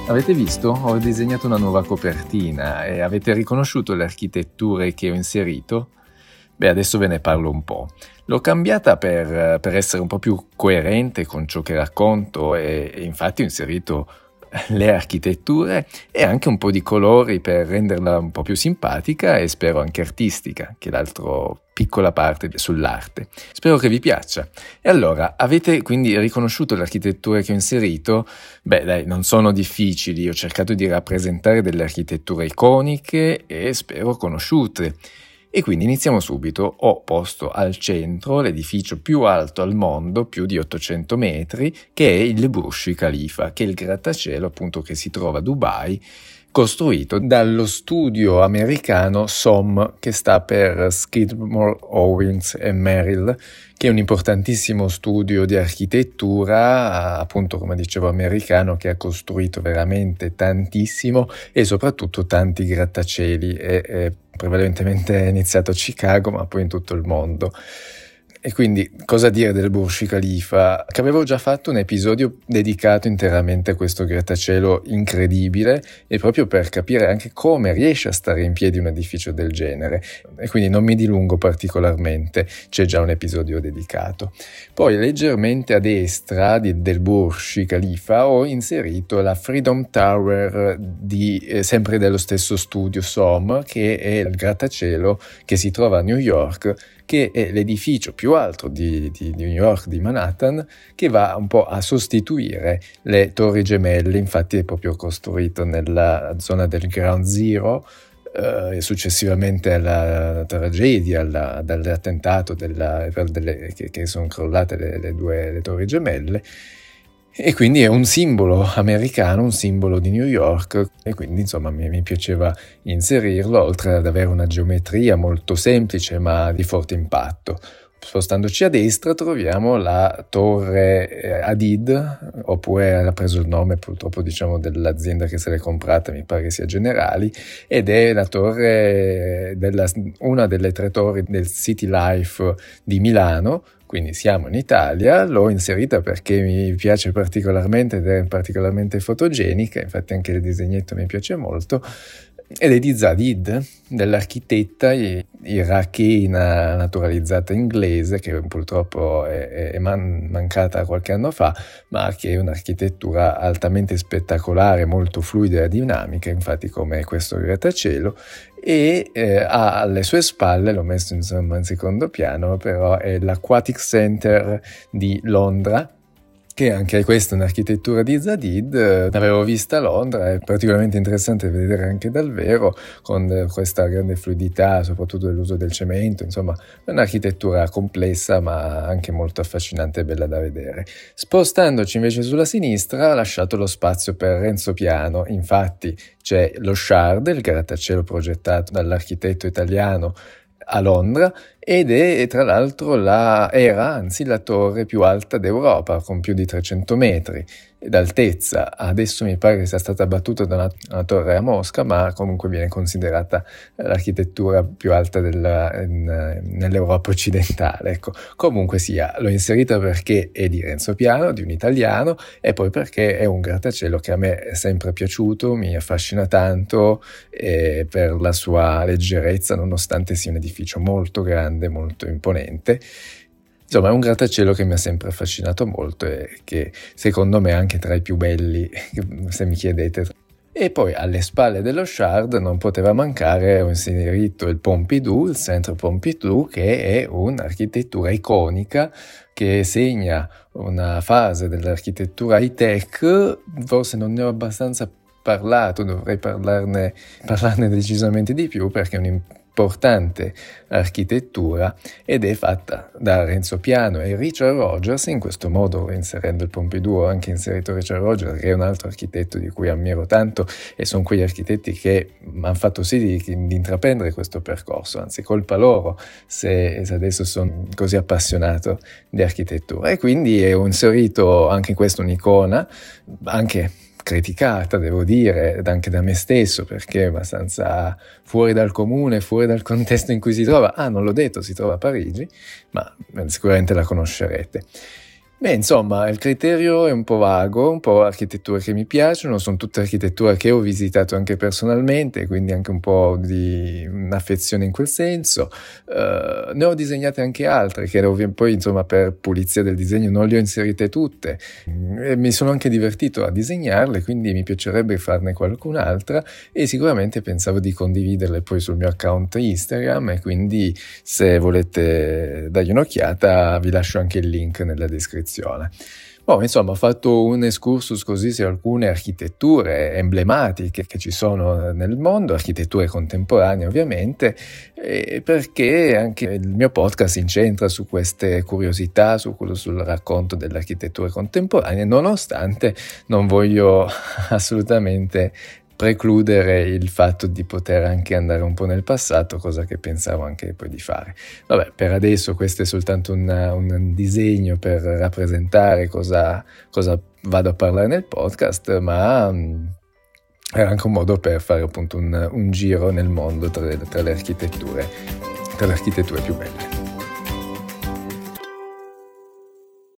Avete visto? Ho disegnato una nuova copertina e avete riconosciuto le architetture che ho inserito? Beh, adesso ve ne parlo un po'. L'ho cambiata per essere un po' più coerente con ciò che racconto e infatti ho inserito le architetture e anche un po' di colori per renderla un po' più simpatica e spero anche artistica, che è l'altro piccola parte sull'arte. Spero che vi piaccia. E allora, avete quindi riconosciuto le architetture che ho inserito? Beh, dai, non sono difficili, ho cercato di rappresentare delle architetture iconiche e spero conosciute. E quindi iniziamo subito. Ho posto al centro l'edificio più alto al mondo, più di 800 metri, che è il Burj Khalifa, che è il grattacielo appunto che si trova a Dubai, costruito dallo studio americano SOM, che sta per Skidmore, Owings and Merrill, che è un importantissimo studio di architettura, appunto come dicevo americano, che ha costruito veramente tantissimo e soprattutto tanti grattacieli, e prevalentemente è iniziato a Chicago ma poi in tutto il mondo. E quindi cosa dire del Burj Khalifa? Che avevo già fatto un episodio dedicato interamente a questo grattacielo incredibile e proprio per capire anche come riesce a stare in piedi un edificio del genere, e quindi non mi dilungo particolarmente, c'è già un episodio dedicato. Poi leggermente a destra del Burj Khalifa ho inserito la Freedom Tower sempre dello stesso studio SOM, che è il grattacielo che si trova a New York, che è l'edificio più alto di New York, di Manhattan, che va un po' a sostituire le Torri Gemelle. Infatti è proprio costruito nella zona del Ground Zero, e successivamente alla tragedia, dall'attentato che sono crollate le Torri Gemelle. E quindi è un simbolo americano, un simbolo di New York, e quindi insomma mi piaceva inserirlo, oltre ad avere una geometria molto semplice ma di forte impatto. Spostandoci a destra troviamo la torre Hadid, oppure ha preso il nome purtroppo dell'azienda che se l'è comprata, mi pare che sia Generali, ed è la torre una delle 3 torri del City Life di Milano. Quindi siamo in Italia, l'ho inserita perché mi piace particolarmente ed è particolarmente fotogenica, infatti anche il disegnetto mi piace molto, ed è di Zadid, dell'architetta irachena naturalizzata inglese, che purtroppo è mancata qualche anno fa, ma che è un'architettura altamente spettacolare, molto fluida e dinamica, infatti come questo grattacielo, e ha alle sue spalle, l'ho messo insomma in secondo piano, però è l'Aquatic Center di Londra, che anche questa è un'architettura di Zadid. L'avevo vista a Londra, è particolarmente interessante vedere anche dal vero, con questa grande fluidità, soprattutto dell'uso del cemento. Insomma, è un'architettura complessa ma anche molto affascinante e bella da vedere. Spostandoci invece sulla sinistra ha lasciato lo spazio per Renzo Piano. Infatti c'è lo Shard, il grattacielo progettato dall'architetto italiano a Londra, ed è tra l'altro la torre più alta d'Europa, con più di 300 metri d'altezza. Adesso mi pare che sia stata battuta da una torre a Mosca, ma comunque viene considerata l'architettura più alta nell'Europa occidentale. Ecco, comunque sia, l'ho inserita perché è di Renzo Piano, di un italiano, e poi perché è un grattacielo che a me è sempre piaciuto, mi affascina tanto, per la sua leggerezza, nonostante sia un edificio molto grande, molto imponente. Insomma, è un grattacielo che mi ha sempre affascinato molto e che secondo me è anche tra i più belli, se mi chiedete. E poi alle spalle dello Shard non poteva mancare, ho inserito il Pompidou, il centro Pompidou, che è un'architettura iconica che segna una fase dell'architettura high-tech. Forse non ne ho abbastanza parlato, dovrei parlarne decisamente di più, perché è un'importante architettura ed è fatta da Renzo Piano e Richard Rogers. In questo modo, inserendo il Pompidou, ho anche inserito Richard Rogers, che è un altro architetto di cui ammiro tanto, e sono quegli architetti che hanno fatto sì di intraprendere questo percorso, anzi colpa loro se adesso sono così appassionato di architettura. E quindi ho inserito anche questa un'icona, anche criticata, devo dire, anche da me stesso, perché è abbastanza fuori dal comune, fuori dal contesto in cui si trova. Non l'ho detto, si trova a Parigi, ma sicuramente la conoscerete. Beh, insomma, il criterio è un po' vago, un po' architetture che mi piacciono, sono tutte architetture che ho visitato anche personalmente, quindi anche un po' di un'affezione in quel senso. Ne ho disegnate anche altre, che poi insomma per pulizia del disegno non le ho inserite tutte. E mi sono anche divertito a disegnarle, quindi mi piacerebbe farne qualcun'altra e sicuramente pensavo di condividerle poi sul mio account Instagram, e quindi se volete dargli un'occhiata vi lascio anche il link nella descrizione. Insomma, ho fatto un excursus così su alcune architetture emblematiche che ci sono nel mondo, architetture contemporanee ovviamente, perché anche il mio podcast si incentra su queste curiosità, sul racconto delle architetture contemporanee, nonostante non voglio assolutamente precludere il fatto di poter anche andare un po' nel passato, cosa che pensavo anche poi di fare. Vabbè, per adesso questo è soltanto un disegno per rappresentare cosa vado a parlare nel podcast, ma era anche un modo per fare appunto un giro nel mondo tra le architetture più belle.